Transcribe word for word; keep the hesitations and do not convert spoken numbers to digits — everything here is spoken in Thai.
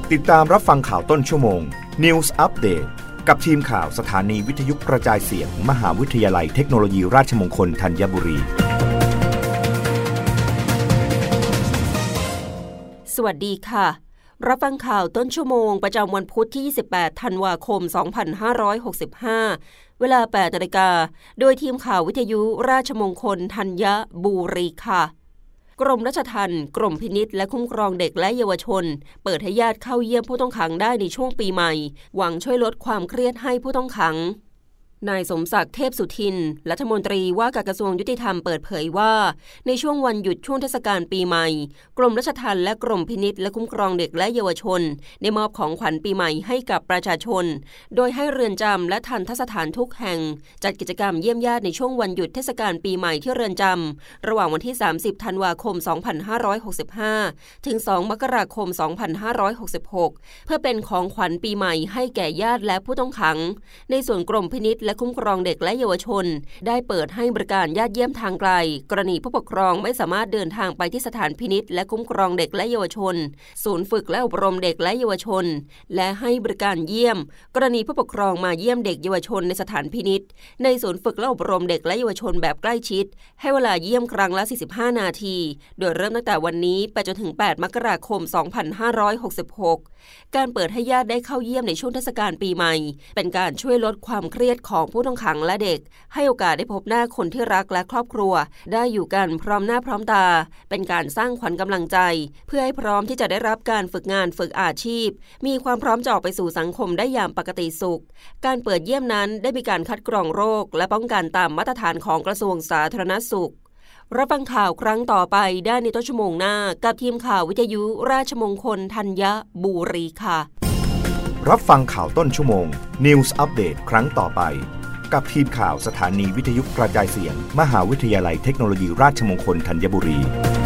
ติดตามรับฟังข่าวต้นชั่วโมง News Update กับทีมข่าวสถานีวิทยุกระจายเสียง มหาวิทยาลัยเทคโนโลยีราชมงคลธัญบุรีสวัสดีค่ะรับฟังข่าวต้นชั่วโมงประจำวันพุธที่ยี่สิบแปดธันวาคมสองพันห้าร้อยหกสิบห้าเวลา แปดนาฬิกา โดยทีมข่าววิทยุราชมงคลธัญบุรีค่ะกรมราชทัณฑ์กรมพินิจและคุ้มครองเด็กและเยาวชนเปิดให้ญาติเข้าเยี่ยมผู้ต้องขังได้ในช่วงปีใหม่หวังช่วยลดความเครียดให้ผู้ต้องขังนายสมศักดิ์เทพสุทินรัฐมนตรีว่าการกระทรวงยุติธรรมเปิดเผยว่าในช่วงวันหยุดช่วงเทศกาลปีใหม่กรมราชทัณฑ์และกรมพินิจและคุ้มครองเด็กและเยาวชนได้มอบของขวัญปีใหม่ให้กับประชาชนโดยให้เรือนจำและทัณฑสถานทุกแห่งจัดกิจกรรมเยี่ยมญาติในช่วงวันหยุดเทศกาลปีใหม่ที่เรือนจำระหว่างวันที่สามสิบธันวาคมสองพันห้าร้อยหกสิบห้าถึงสองมกราคมสองพันห้าร้อยหกสิบหกเพื่อเป็นของขวัญปีใหม่ให้แก่ญาติและผู้ต้องขังในส่วนกรมพินิจและคุ้มครองเด็กและเยาวชนได้เปิดให้บริการญาติเยี่ยมทางไกลกรณีผู้ปกครองไม่สามารถเดินทางไปที่สถานพินิจและคุ้มครองเด็กและเยาวชนศูนย์ฝึกและอบรมเด็กและเยาวชนและให้บริการเยี่ยมกรณีผู้ปกครองมาเยี่ยมเด็กเยาวชนในสถานพินิจในศูนย์ฝึกและอบรมเด็กและเยาวชนแบบใกล้ชิดให้เวลาเยี่ยมครั้งละสี่สิบห้านาทีโดยเริ่มตั้งแต่วันนี้ไปจนถึงแปดมกราคมสองพันห้าร้อยหกสิบหกการเปิดให้ญาติได้เข้าเยี่ยมในช่วงเทศกาลปีใหม่เป็นการช่วยลดความเครียดของผู้ต้องขังและเด็กให้โอกาสได้พบหน้าคนที่รักและครอบครัวได้อยู่กันพร้อมหน้าพร้อมตาเป็นการสร้างขวัญกำลังใจเพื่อให้พร้อมที่จะได้รับการฝึกงานฝึกอาชีพมีความพร้อมจะออกไปสู่สังคมได้อย่างปกติสุขการเปิดเยี่ยมนั้นได้มีการคัดกรองโรคและป้องกันตามมาตรฐานของกระทรวงสาธารณสุขรับฟังข่าวครั้งต่อไปได้ในต้นชั่วโมงหน้ากับทีมข่าววิทยุราชมงคลธัญบุรีค่ะรับฟังข่าวต้นชั่วโมง News Update ครั้งต่อไปกับทีมข่าวสถานีวิทยุกระจายเสียง มหาวิทยาลัยเทคโนโลยีราชมงคลธัญบุรี